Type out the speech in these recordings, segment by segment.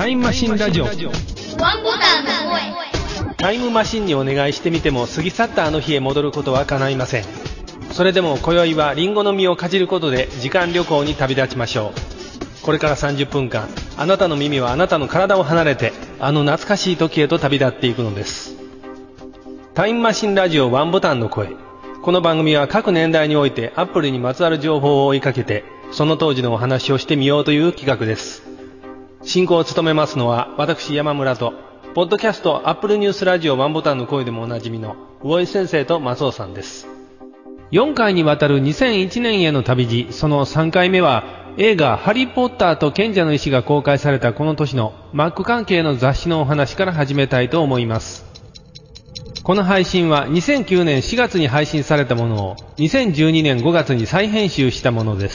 イムマシンラジオ。 ワンボタンの声。 タイムマシンにお願いしてみても過ぎ去ったあの日へ戻ることは叶いません。それでも今宵はリンゴの実をかじることで時間旅行に旅立ちましょう。これから30分間、あなたの耳はあなたの体を離れて、あの懐かしい時へと旅立っていくのです。タイムマシンラジオワンボタンの声。この番組は各年代においてアップルにまつわる情報を追いかけて、その当時のお話をしてみようという企画です。進行を務めますのは私山村と、ポッドキャストアップルニュースラジオワンボタンの声でもおなじみの魚井先生と松尾さんです。4回にわたる2001年への旅路、その3回目は映画ハリーポッターと賢者の石が公開されたこの年のマック関係の雑誌のお話から始めたいと思います。この配信は2009年4月に配信されたものを2012年5月に再編集したものです。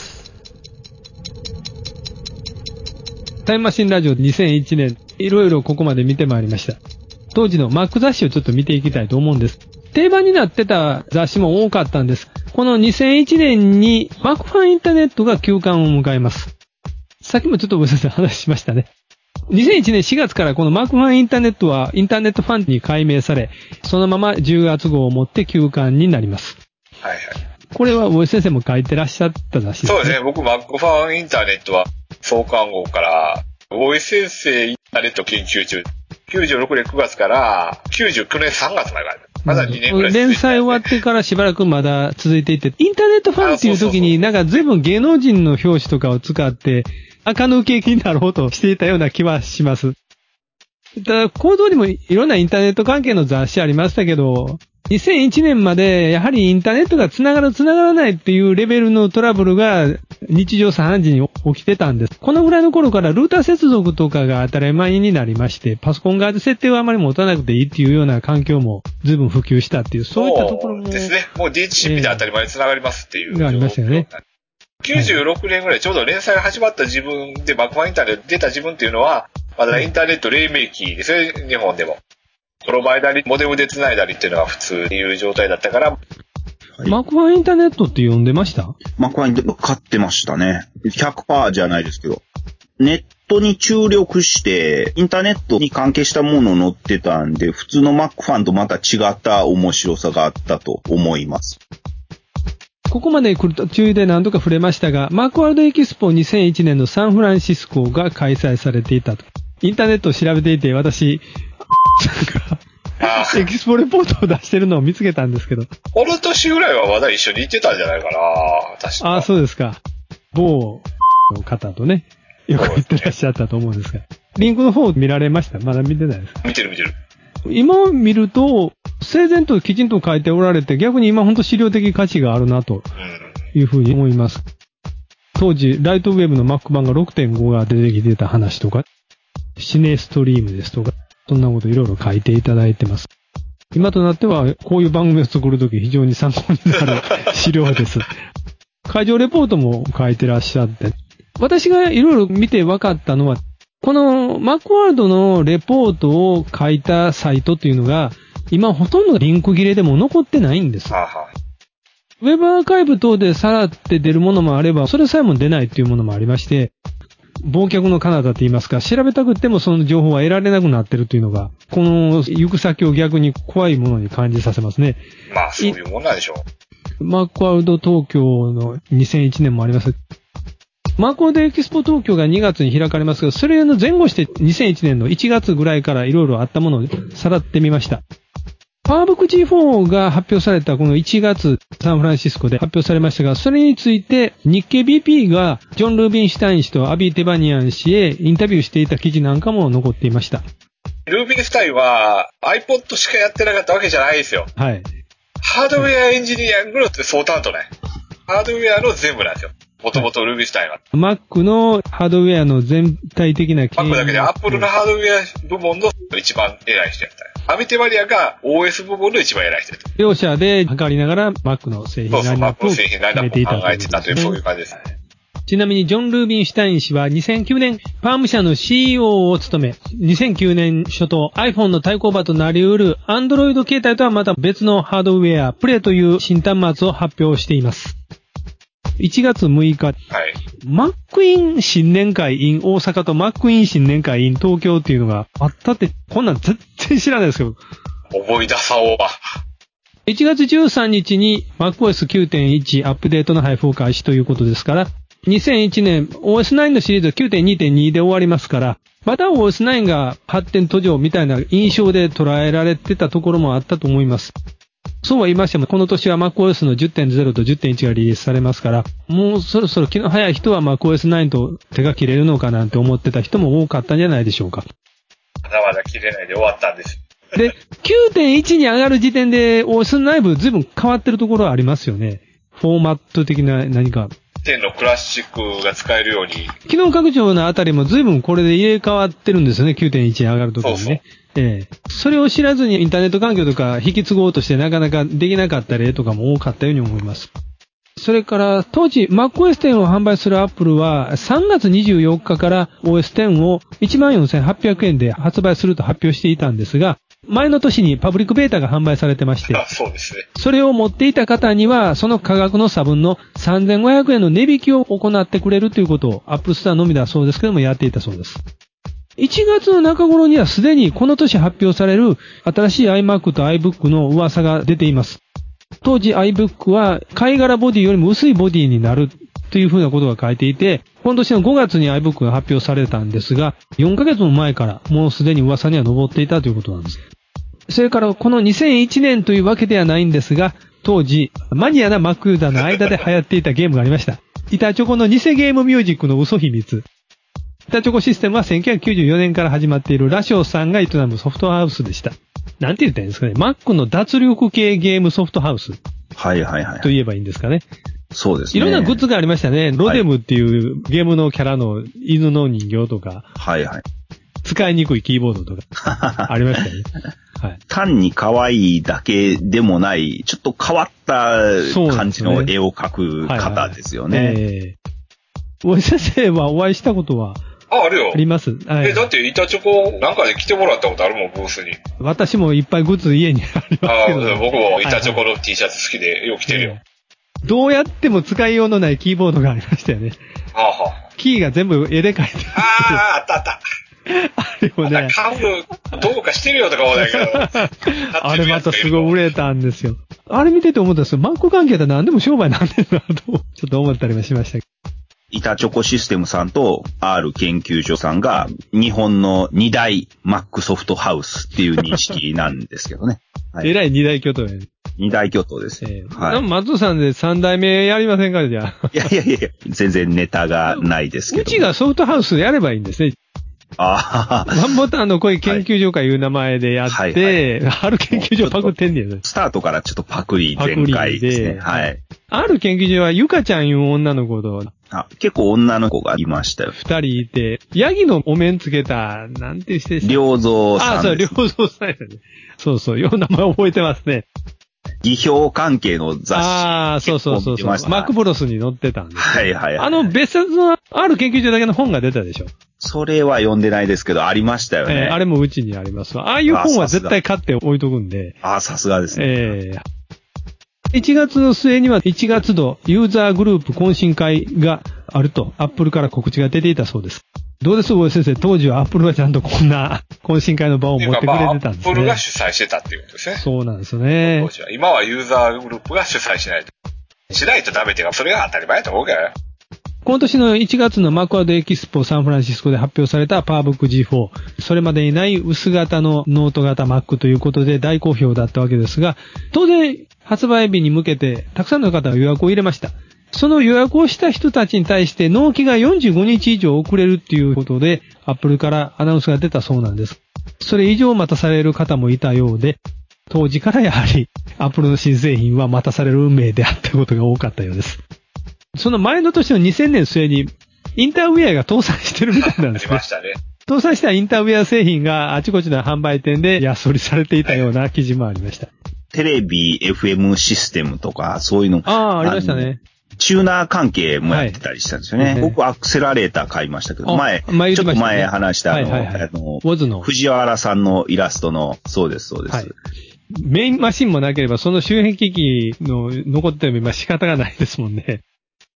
タイムマシンラジオ2001年、いろいろここまで見てまいりました。当時のマック雑誌をちょっと見ていきたいと思うんです。定番になってた雑誌も多かったんです。この2001年にマックファンインターネットが休刊を迎えます。さっきもちょっとごめんなさい話しましたね。2001年4月からこのマックファンインターネットはインターネットファンに改名され、そのまま10月号をもって休刊になります。 はいはい。 これは大江先生も書いてらっしゃった雑誌ですね。 そうですね。僕マックファンインターネットは創刊号から大江先生インターネット研究中、96年9月から99年3月までがある。まだ2年ぐらい続いて、ね、 連載終わってからしばらくまだ続いていて、インターネットファンっていう時になんか随分芸能人の表紙とかを使って垢抜けになろうとしていたような気はします。ただ、行動にもいろんなインターネット関係の雑誌ありましたけど、2001年までやはりインターネットが繋がらないっていうレベルのトラブルが日常茶飯事に起きてたんです。このぐらいの頃からルーター接続とかが当たり前になりまして、パソコン側で設定をあまり持たなくていいっていうような環境も随分普及したっていう、そういったところも。 ですね。もう DHCP で当たり前に繋がりますっていう。 がありましたよね。 96年ぐらいちょうど連載が始まった自分でマックファンインターネット出た自分っていうのは、まだインターネット黎明期ですね、日本でも。プロバイダーにモデムで繋いだりっていうのが普通にいう状態だったから。はい、 マックファンインターネットって読んでました？ マックファンインターネット買ってましたね。100% じゃないですけど。ネットに注力して、インターネットに関係したもの載ってたんで、普通のマックファンとまた違った面白さがあったと思います。 ここまで来る途中で何度か触れましたが、マックワールドエキスポ2001年のサンフランシスコが開催されていたと。インターネットを調べていて、私、エキスポレポートを出してるのを見つけたんですけど。 この年ぐらいはまだ一緒に行ってたんじゃないかな、確か。 ああ、そうですか。某の方とね、よく行ってらっしゃったと思うんですが。リンクの方見られました？まだ見てないですか？ 見てる。 今見ると、整然ときちんと書いておられて、逆に今本当資料的価値があるなというふうに思います。当時、ライトウェブの Mac 版が 6.5 が出てきてた話とか、シネストリームですとか、そんなこといろいろ書いていただいてます。今となっては、こういう番組を作るとき非常に参考になる資料です。会場レポートも書いてらっしゃって、私がいろいろ見て分かったのは、このマックワールドのレポートを書いたサイトっていうのが、今ほとんどリンク切れでも残ってないんです。ウェブアーカイブ等でさらって出るものもあれば、それさえも出ないっていうものもありまして、忘却の彼方と言いますか、調べたくってもその情報は得られなくなってるというのが、この行く先を逆に怖いものに感じさせますね。 まあそういうもんなんでしょう。マックワールド東京の2001年もあります。マックワールドエキスポ東京が2月に開かれますが、それの前後して2001年の1月ぐらいからいろいろあったものをさらってみました。パワーブック G4 が発表されたこの1月、サンフランシスコで発表されましたが、それについて日経 BP がジョン・ルービンシュタイン氏とアビー・テバニアン氏へインタビューしていた記事なんかも残っていました。 ルービンシュタインは iPod しかやってなかったわけじゃないですよ。 はい。 ハードウェアエンジニアグループって総担当ね。ハードウェアの全部なんですよ。もともとルービンシュタインは。 Mac のハードウェアの全体的な Mac だけで Apple のハードウェア部門の一番偉い人やった。アビテバリアが OS 部門の一番偉い人やった。 両者で測りながら Mac の製品ラインナップを決めていた考えてたという、そういう感じです。 ちなみにジョン・ルービンシュタイン氏は2009年パーム社の CEO を務め、2009年初頭 iPhone の対抗馬となり得る Android 携帯とはまた別のハードウェア、プレという新端末を発表しています。1月6日、 はい、 マックイン新年会 in 大阪とマックイン新年会 in 東京っていうのがあったって、こんなん全然知らないですけど。 思い出そうは。 1月13日に MacOS 9.1 アップデートの配布を開始ということですから、2001年 OS9 のシリーズは 9.2.2 で終わりますから、また OS9 が発展途上みたいな印象で捉えられてたところもあったと思います。そうは言いましても、この年は MacOS の 10.0 と 10.1 がリリースされますから、もうそろそろ気の早い人は MacOS9 と手が切れるのかなんて思ってた人も多かったんじゃないでしょうか。 まだまだ切れないで終わったんです。 で、9.1 に上がる時点で OS 内部随分変わってるところはありますよね。フォーマット的な何か。 10のクラシックが使えるように。 機能拡張のあたりも随分これで入れ替わってるんですよね。9.1 に上がるときにね。 そうそうそれを知らずにインターネット環境とか引き継ごうとしてなかなかできなかった例とかも多かったように思います。それから当時 MacOS X を販売する Apple は3月24日から OS X を 14,800 円で発売すると発表していたんですが、前の年にパブリックベータが販売されてまして、 そうですね。 それを持っていた方にはその価格の差分の 3,500 円の値引きを行ってくれるということを Apple Store のみだそうですけどもやっていたそうです。1月の中頃にはすでにこの年発表される新しい iMac と iBook の噂が出ています。当時 iBook は貝殻ボディよりも薄いボディになるというふうなことが書いていて、今年の5月に iBook が発表されたんですが、4ヶ月も前からもうすでに噂には上っていたということなんです。それからこの2001年というわけではないんですが、当時マニアな Mac ユーザーの間で流行っていたゲームがありました。板チョコの偽ゲームミュージックの嘘秘密。板チョコシステムは1994年から始まっているラショウさんが営むソフトハウスでした。なんて言ったらいいんですかね。Mac の脱力系ゲームソフトハウス。 はいはいはい。 と言えばいいんですかね。 そうですね。 いろんなグッズがありましたね。ロデムっていうゲームのキャラの犬の人形とか。 はいはい。 使いにくいキーボードとか。ありましたね。はい。 単に可愛いだけでもない、ちょっと変わった感じの絵を描く方ですよね。 大井先生はお会いしたことはあるよ。 あります。 はい。だって板チョコなんかで来てもらったことあるもん、ブースに。 私もいっぱいグッズ家にありますけど。 僕も板チョコの T シャツ好きでよく着てるよ。 どうやっても使いようのないキーボードがありましたよね。キーが全部絵で描いてあったあった。 あれもね。 買うどうかしてるよとか思うんだけど。 あれまたすごい売れたんですよ。あれ見てて思ったんですよ。マック関係だ何でも商売なんねんなと、ちょっと思ったりもしました。 板チョコシステムさんと R 研究所さんが日本の2大マックソフトハウスっていう認識なんですけどね。 はい、えらい2大巨頭やね。 2大巨頭です。 はい。松尾さんで3代目やりませんかじゃあ。 いや、全然ネタがないですけど。 うちがソフトハウスやればいいんですね。ワンボタンのこういう研究所かいう名前でやって、ある研究所パクってんねや。 スタートからちょっとパクリ全開ですね。はい。 ある研究所はゆかちゃんいう女の子と、 結構女の子がいましたよ。 2人いて、ヤギのお面つけた、なんてしてした良三さん。 そう、良三さんやね。そう、よう名前覚えてますね。 技評関係の雑誌。 そう。マックブロスに載ってたんです。 はい。 別冊のある研究所だけの本が出たでしょ。 それは読んでないですけど、ありましたよね。 あれもうちにありますわ。ああいう本は絶対買って置いとくんで。 さすがですね。 1月の末には1月度ユーザーグループ懇親会があると、アップルから告知が出ていたそうです。どうです大江先生、当時はアップルはちゃんとこんな懇親会の場を持ってくれてたんですね。 アップルが主催してたっていうことですね。 そうなんですよね。 当時は。今はユーザーグループが主催しないと。しないとダメっていうか、それが当たり前だと思うけどね。 今年の1月のマクワードエキスポサンフランシスコで発表されたパワーブック G4。それまでにない薄型のノート型 Mac ということで大好評だったわけですが、当然発売日に向けてたくさんの方が予約を入れました。その予約をした人たちに対して納期が45日以上遅れるっていうことで、アップルからアナウンスが出たそうなんです。それ以上待たされる方もいたようで、当時からやはりアップルの新製品は待たされる運命であったことが多かったようです。その前の年の2000年末にインターウェアが搭載してるみたいなんですね。 ありましたね。 搭載したインターウェア製品があちこちの販売店で安売りされていたような記事もありました。 テレビ、FM システムとかそういうの。 ありましたね。 チューナー関係もやってたりしたんですよね。僕アクセラレーター買いましたけど、ちょっと前話した藤原さんのイラストの、そうです。はい、 メインマシンもなければその周辺機器の残っても今仕方がないですもんね。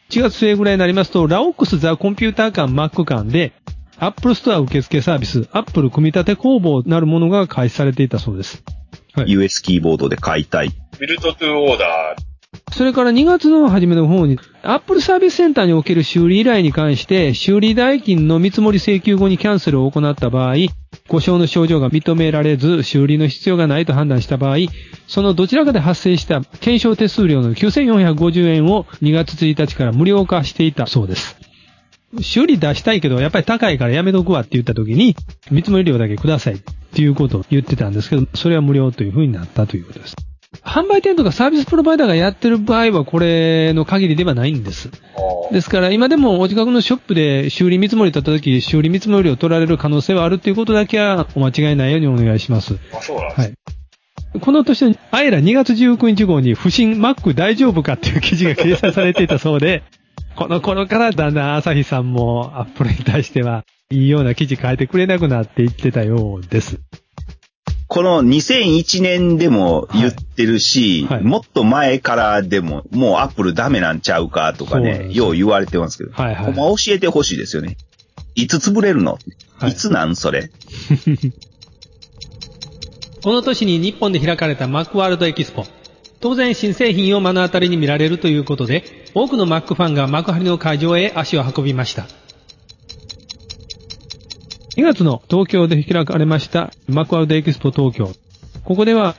1月末ぐらいになりますと、ラオックスザ・コンピューター間 Mac 間で、Apple Store 受付サービス、Apple 組み立て工房なるものが開始されていたそうです。 はい、US キーボードで解体。 ビルトトゥオーダー。 それから2月の初めの方に、Apple サービスセンターにおける修理依頼に関して、修理代金の見積もり請求後にキャンセルを行った場合、故障の症状が認められず、修理の必要がないと判断した場合、そのどちらかで発生した検証手数料の9450円を2月1日から無料化していたそうです。修理出したいけど、やっぱり高いからやめとくわって言った時に、見積もり料だけくださいっていうことを言ってたんですけど、それは無料という風になったということです。販売店とかサービスプロバイダーがやってる場合はこれの限りではないんです。ですから今でもお近くのショップで修理見積もり取った時、修理見積もりを取られる可能性はあるということだけはお間違いないようにお願いします。 あ、そうなんです。はい。 この年のアイラ2月19日号に不審 Mac 大丈夫かっていう記事が掲載されていたそうで、この頃からだんだん朝日さんもアップルに対してはいいような記事書いてくれなくなっていってたようです。 この2001年でも言ってるし、はいはい、もっと前からでも、もうアップルダメなんちゃうかとかね、よう言われてますけど、はいはい、教えてほしいですよね。いつ潰れるの、はい、いつなんそれこの年に日本で開かれたマックワールドエキスポ。当然新製品を目の当たりに見られるということで、多くのマックファンが幕張の会場へ足を運びました。2月の東京で開かれましたマックワールドエキスポ東京。ここでは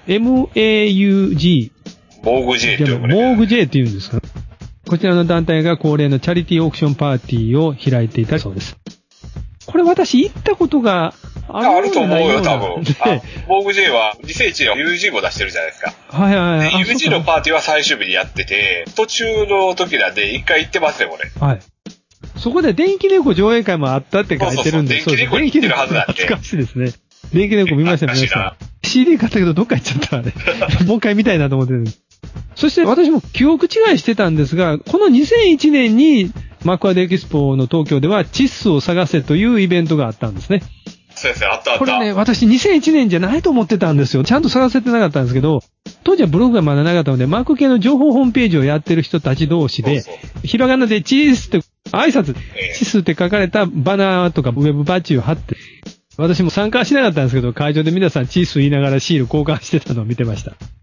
MAUG。 モーグ J って言モーグ J って言うんですか。こちらの団体が恒例のチャリティーオークションパーティーを開いていたそうです。これ私行ったことがあると思うよ、多分。モーグ J は2001年 UG も出してるじゃないですか。 はいはいはい。 UG のパーティーは最終日にやってて、途中の時なんで一回行ってますね、これ。 はい。そこで電気猫上映会もあったって書いてるんで、 そうそうそう、電気猫行ってるはずなんで。 懐かしいですね。電気猫見ましたね、皆さん。CD 買ったけどどっか行っちゃったわね。もう一回見たいなと思ってる。そして私も記憶違いしてたんですが、この2001年にマックワールドエキスポの東京ではチッスを探せというイベントがあったんですね。 そうですね、あったあった。 これね、私2001年じゃないと思ってたんですよ。ちゃんと探せてなかったんですけど、当時はブログがまだなかったので、マーク系の情報ホームページをやってる人たち同士で、ひらがなでチースって挨拶、チスって書かれたバナーとかウェブバッジを貼って、私も参加はしなかったんですけど、会場で皆さんチース言いながらシール交換してたのを見てました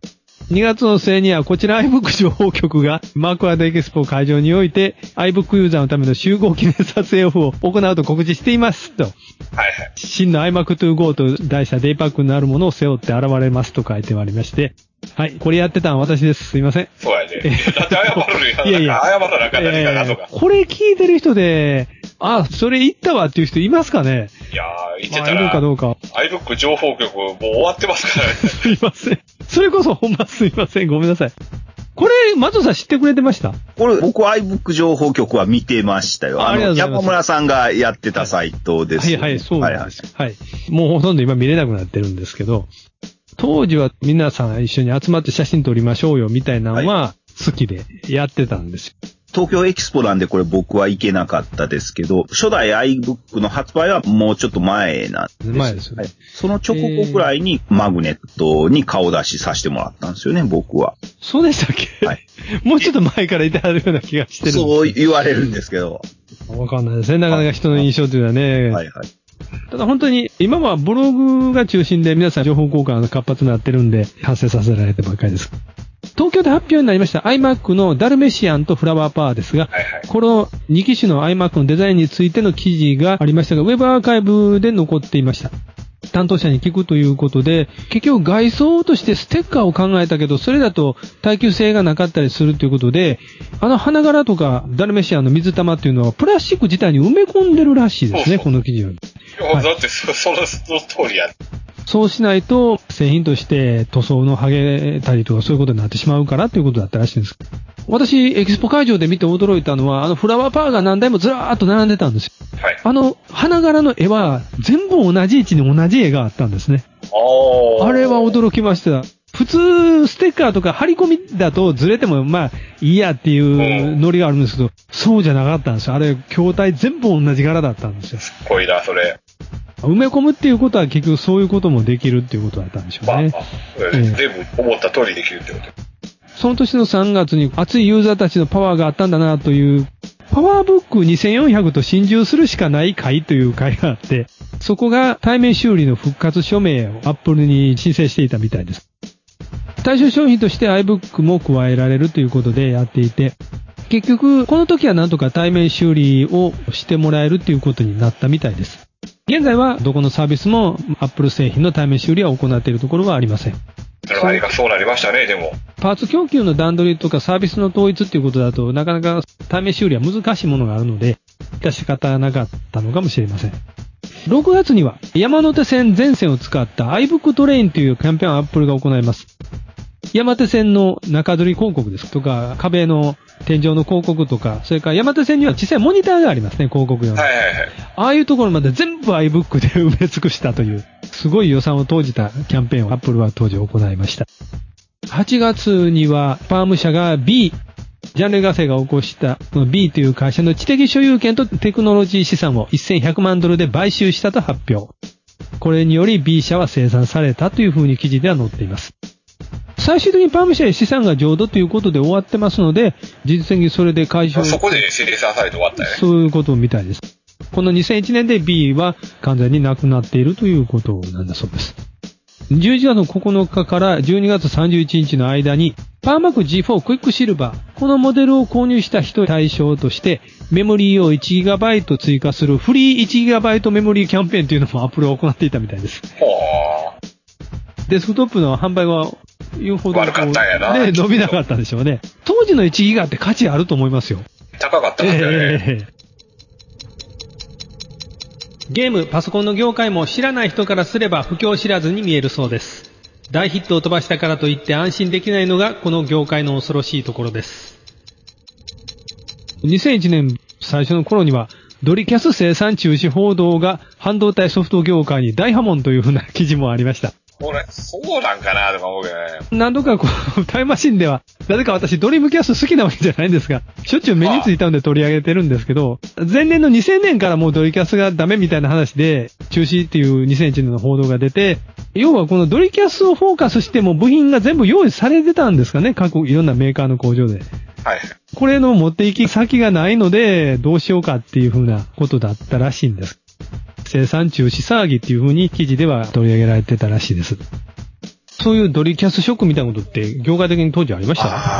。2月の末にはこちら iBook 情報局がマークワールドエキスポ会場において iBook ユーザーのための集合記念撮影オフを行うと告知していますと。はいはい。真の iMac to Go と題したデイパックになるものを背負って現れますと書いてありまして、はい。これやってたのは私です。すいません。 そうやね。だって謝るよ。いやいや。謝らなかったりかなとか。 これ聞いてる人で、あ、それ言ったわっていう人いますかね？ いやー、言ってたら。 いるかどうか。 iBook 情報局もう終わってますからね。 すいません。それこそほんますいません。ごめんなさい。これ、松尾さん知ってくれてました？ これ、僕 iBook 情報局は見てましたよ。山村さんがやってたサイトです、ね。 はいはい、そうなんです。はい。もうほとんど今見れなくなってるんですけど、当時は皆さん一緒に集まって写真撮りましょうよみたいなのは好きでやってたんですよ。 東京エキスポなんでこれ僕は行けなかったですけど、初代 iBook の発売はもうちょっと前なんです。 前ですよね。はい、 その直後くらいにマグネットに顔出しさせてもらったんですよね、僕は。 そうでしたっけ？はい。もうちょっと前からいてはるような気がしてるんです。 そう言われるんですけど。 わかんないですね。なかなか人の印象というのはね。はいはい。ただ本当に今はブログが中心で皆さん情報交換が活発になってるんで発生させられてばっかりです。東京で発表になりました iMac のダルメシアンとフラワーパワーですが、はいはい、この2機種の iMac のデザインについての記事がありましたが、ウェブアーカイブで残っていました。担当者に聞くということで、結局外装としてステッカーを考えたけど、それだと耐久性がなかったりするということで、花柄とかダルメシアンの水玉っていうのはプラスチック自体に埋め込んでるらしいですね、この記事は。 はい、だってその通りや。 そうしないと製品として塗装の剥げたりとかそういうことになってしまうからということだったらしいんです。私、エキスポ会場で見て驚いたのは、フラワーパワーが何台もずらーっと並んでたんですよ。はい。花柄の絵は全部同じ位置に同じ絵があったんですね。あれは驚きました。普通、ステッカーとか張り込みだとずれてもまあいいやっていうノリがあるんですけど、そうじゃなかったんですよ。あれ、筐体全部同じ柄だったんですよ。 すごいな、それ。 埋め込むっていうことは結局そういうこともできるっていうことだったんでしょうね。 全部思った通りできるってこと。 その年の3月に熱いユーザーたちのパワーがあったんだなというパワーブック2400と心中するしかない会という会があって、そこが対面修理の復活署名を Apple に申請していたみたいです。対象商品として iBook も加えられるということでやっていて、結局この時はなんとか対面修理をしてもらえるということになったみたいです。現在はどこのサービスも Apple 製品の対面修理は行っているところはありません。 何かそうなりましたね、でも。 パーツ供給の段取りとかサービスの統一っていうことだと、なかなか対面修理は難しいものがあるので、致し方なかったのかもしれません。6月には山手線全線を使った iBook トレインというキャンペーンを Apple が行います。山手線の中吊り広告ですとか、壁の天井の広告とか、それから山手線には小さいモニターがありますね、広告用の。 はいはいはい。 ああいうところまで全部 iBook で埋め尽くしたという、すごい予算を投じたキャンペーンを Apple は当時行いました。8月にはパーム社が B、ジャンレガセが起こしたこの B という会社の知的所有権とテクノロジー資産を1100万ドルで買収したと発表。これにより B 社は生産されたというふうに記事では載っています。最終的にパーム社へ資産が浄土ということで終わってますので、実際にそれで回収。 そこで生産されて終わったよね。 そういうことみたいです。この2001年で B は完全になくなっているということなんだそうです。11月9日から12月31日の間に、パーマック G4 クイックシルバー、このモデルを購入した人対象として、メモリーを 1GB 追加するフリー 1GB メモリーキャンペーンというのも Apple は行っていたみたいです。デスクトップの販売は言うほど悪かったんやな。 ね、伸びなかったでしょうね。当時の 1GB って価値あると思いますよ。 高かったんだよね。 ゲーム、パソコンの業界も知らない人からすれば不況知らずに見えるそうです。大ヒットを飛ばしたからといって安心できないのがこの業界の恐ろしいところです。2001年最初の頃にはドリキャス生産中止報道が半導体ソフト業界に大波紋というふうな記事もありました。 これ、そうなんかなとか思うけどね。 何度かタイムマシンでは、なぜか私ドリームキャスト好きなわけじゃないんですが、しょっちゅう目についたので取り上げてるんですけど、前年の2000年からもうドリキャスがダメみたいな話で、中止っていう2001年の報道が出て、要はこのドリキャスをフォーカスしても部品が全部用意されてたんですかね、各いろんなメーカーの工場で。 はい。 これの持って行き先がないので、どうしようかっていう風なことだったらしいんです。生産中止騒ぎっていう風に記事では取り上げられてたらしいです。そういうドリキャスショックみたいなことって業界的に当時ありました？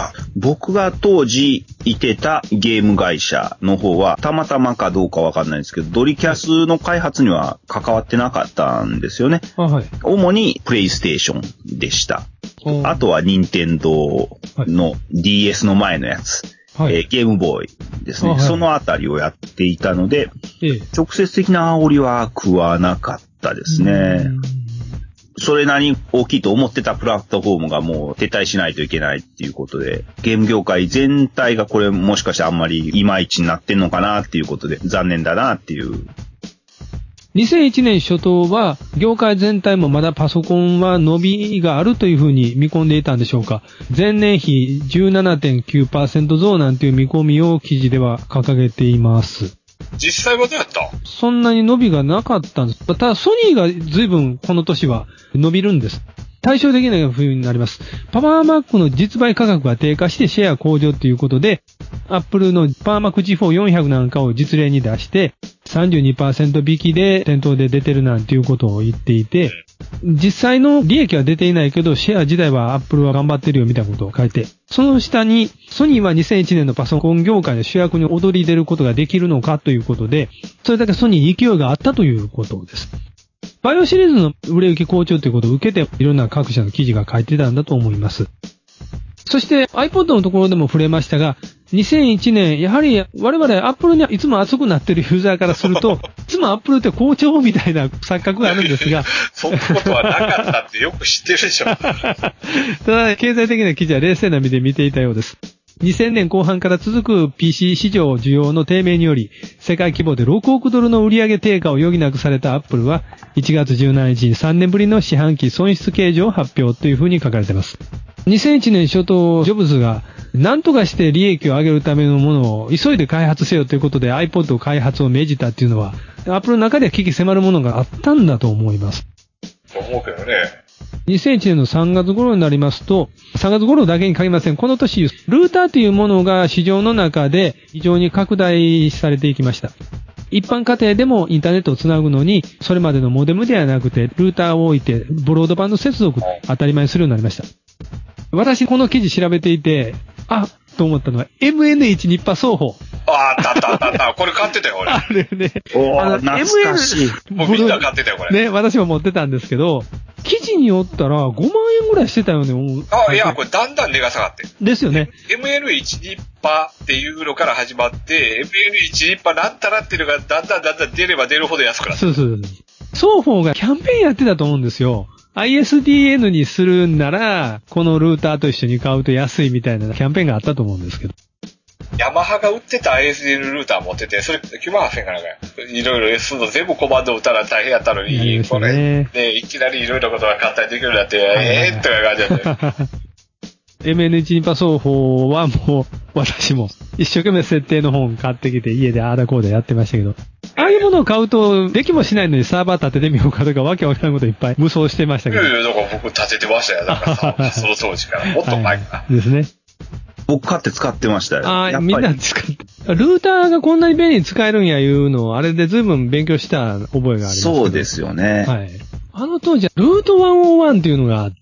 僕が当時いてたゲーム会社の方はたまたまかどうかわかんないですけど、ドリキャスの開発には関わってなかったんですよね。 はい、 主にプレイステーションでした。あとは任天堂の DS の前のやつ。はい、ゲームボーイですね、はい。そのあたりをやっていたので、直接的な煽りは食わなかったですね。それなりに大きいと思ってたプラットフォームがもう撤退しないといけないっていうことで、ゲーム業界全体がこれもしかしてあんまりいまいちになってんのかなっていうことで残念だなっていう。 2001年初頭は業界全体もまだパソコンは伸びがあるというふうに見込んでいたんでしょうか。前年比 17.9% 増なんていう見込みを記事では掲げています。 実際はどうやった？ そんなに伸びがなかったんです。ただソニーが随分この年は伸びるんです。対照的な風になります。パワーマックの実売価格が低下してシェア向上ということで、アップルのパワーマック G4 400なんかを実例に出して、32% 引きで店頭で出てるなんていうことを言っていて、実際の利益は出ていないけど、シェア自体はアップルは頑張ってるよみたいなことを書いて、その下に、ソニーは2001年のパソコン業界の主役に躍り出ることができるのかということで、それだけソニーに勢いがあったということです。バイオシリーズの売れ行き好調ということを受けて、いろんな各社の記事が書いてたんだと思います。そして iPod のところでも触れましたが、2001年、やはり我々 Apple にいつも熱くなっているユーザーからすると、いつも Apple って好調みたいな錯覚があるんですが。 そんなことはなかったってよく知ってるでしょ。ただ、経済的な記事は冷静な目で見ていたようです。2000年後半から続く PC 市場需要の低迷により、世界規模で6億ドルの売上低下を余儀なくされた Apple は、1月17日に3年ぶりの四半期損失計上を発表というふうに書かれています。2001年初頭、ジョブズが何とかして利益を上げるためのものを急いで開発せよということで iPod 開発を命じたっていうのは、Apple の中では危機迫るものがあったんだと思います。 と思うけどね。 2001年の3月頃になりますと、3月頃だけに限りません。この年、ルーターというものが市場の中で非常に拡大されていきました。一般家庭でもインターネットをつなぐのに、それまでのモデムではなくて、ルーターを置いて、ブロードバンド接続当たり前にするようになりました。私、この記事調べていて、と思ったのは、MN1 ニッパ双方。 あった。これ買ってたよ、俺。 あれね。 懐かしい。 もうみんな買ってたよ、これ。 ね、私も持ってたんですけど、記事によったら5万円ぐらいしてたよね。 いや、これだんだん値が下がって。 ですよね。 MN1 ニッパっていうのから始まって、MN1 ニッパなんたらっていうのがだんだん出れば出るほど安くなって。 そう。双方がキャンペーンやってたと思うんですよ。ISDN にするんなら、このルーターと一緒に買うと安いみたいなキャンペーンがあったと思うんですけど。 ヤマハが売ってた ISDN ルーター持ってて、それ9万8000円かなんかいろいろ S の全部コマンド打ったら大変やったのに、これ、ね、いきなりいろいろことが簡単にできるようになって、という感じだった。 MN1 ニッパ双方はもう、私も一生懸命設定の本買ってきて家でアーダコーダやってましたけど、ああいうものを買うと、できもしないのにサーバー立ててみようかとかわけわからんこといっぱい無双してましたけど。 いや、だから僕立ててましたよ。だからその当時から。もっと前かな。 ですね。 僕買って使ってましたよ。 みんな使って。ルーターがこんなに便利に使えるんやいうのを、あれで随分勉強した覚えがあります。 そうですよね。 はい。あの当時は、ルート101っていうのがあって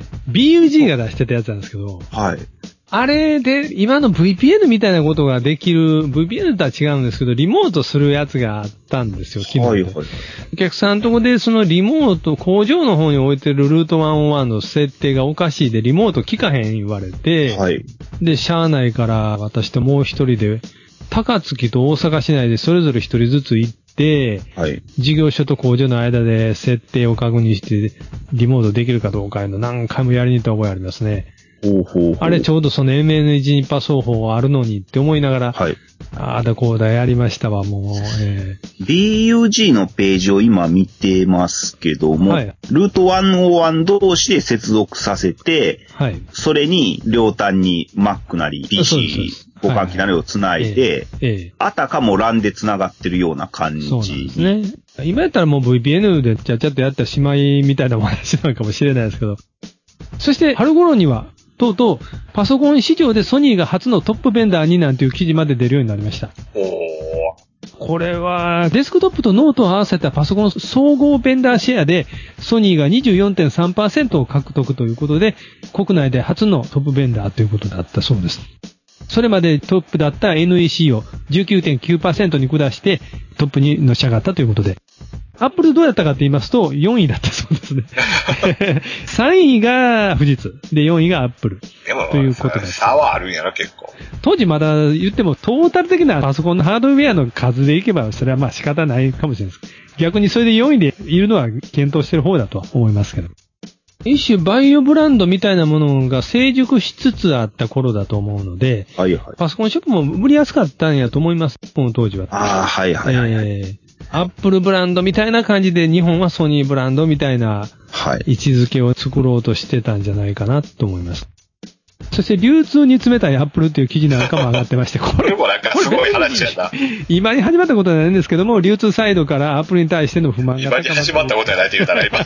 、BUG が出してたやつなんですけど、 はい。 あれで、今の VPN みたいなことができる、VPN とは違うんですけど、リモートするやつがあったんですよ、昨日。はい。お客さんのとこで、そのリモート、工場の方に置いてるルート101の設定がおかしいで、リモート聞かへん言われて、はい。で、しゃあないから、私ともう一人で、高槻と大阪市内でそれぞれ一人ずつ行って、はい。事業所と工場の間で設定を確認して、リモートできるかどうかいうの何回もやりに行った覚えありますね。あれちょうどその MN1 ニッパ双方あるのにって思いながら、はい。こうだやりましたわ、もう。 BUG のページを今見てますけども、はい、ルート101同士で接続させて、はい。それに両端に Mac なり PC、互換機なりをつないで、あたかも LAN でつながってるような感じ。 そうですね。今やったらもう VPN でちゃっとやったらしまいみたいなお話なのかもしれないですけど。そして春頃には、とうとう、パソコン市場でソニーが初のトップベンダーになんていう記事まで出るようになりました。これは、デスクトップとノートを合わせたパソコン総合ベンダーシェアで、ソニーが 24.3% を獲得ということで、国内で初のトップベンダーということだったそうです。それまでトップだった NEC を 19.9% に下してトップにのし上がったということで。アップルどうやったかって言いますと、4位だったそうですね。3位が富士通。で、4位がアップル。ということです。 差はあるんやろ、結構。 当時まだ言っても、トータル的なパソコンのハードウェアの数でいけば、それはまあ仕方ないかもしれないです。逆にそれで4位でいるのは検討してる方だとは思いますけど。一種バイオブランドみたいなものが成熟しつつあった頃だと思うので、はいはい、パソコンショップも売りやすかったんやと思います、この当時は。 はいはいはい。 アップルブランドみたいな感じで日本はソニーブランドみたいな位置づけを作ろうとしてたんじゃないかなと思います。そして流通に詰めたいアップルっていう記事なんかも上がってまして、 これもなんかすごい話やな。 今に始まったことはないんですけども、流通サイドからアップルに対しての不満が今に始まったことはないって言うたら今。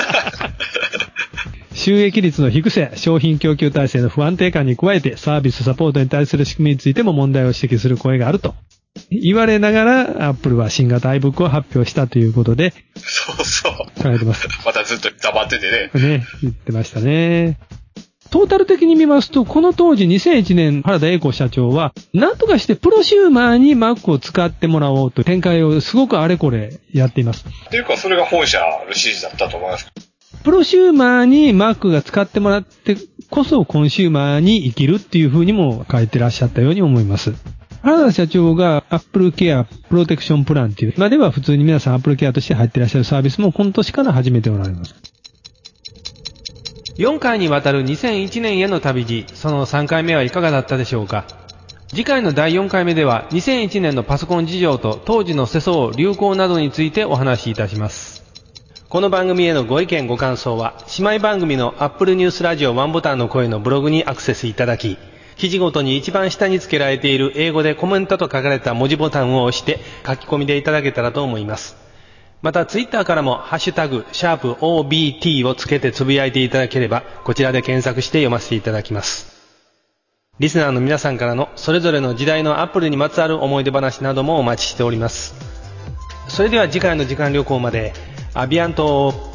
収益率の低さ、商品供給体制の不安定感に加えてサービスサポートに対する仕組みについても問題を指摘する声があると。言われながら、アップルは新型 iBook を発表したということで。 そうそう。 考えてます。 またずっと黙っててね。 ね、言ってましたね。トータル的に見ますと、この当時2001年、原田栄子社長は、なんとかしてプロシューマーに Mac を使ってもらおうという展開をすごくあれこれやっています。 っていうか、それが本社の指示だったと思います。 プロシューマーに Mac が使ってもらってこそコンシューマーに生きるっていう風にも書いてらっしゃったように思います。原田社長が Apple Care プロテクションプランっていう、今では普通に皆さん Apple Care として入ってらっしゃるサービスも今年から始めておられます。 4回にわたる2001年への旅路、その3回目はいかがだったでしょうか。次回の第4回目では2001年のパソコン事情と当時の世相、流行などについてお話しいたします。この番組へのご意見ご感想は、姉妹番組の Apple News ラジオワンボタンの声のブログにアクセスいただき、記事ごとに一番下に付けられている英語でコメントと書かれた文字ボタンを押して書き込みでいただけたらと思います。 またツイッターからもハッシュタグ#OBT をつけてつぶやいていただければ、こちらで検索して読ませていただきます。リスナーの皆さんからのそれぞれの時代のアップルにまつわる思い出話などもお待ちしております。それでは次回の時間旅行まで、アビアント。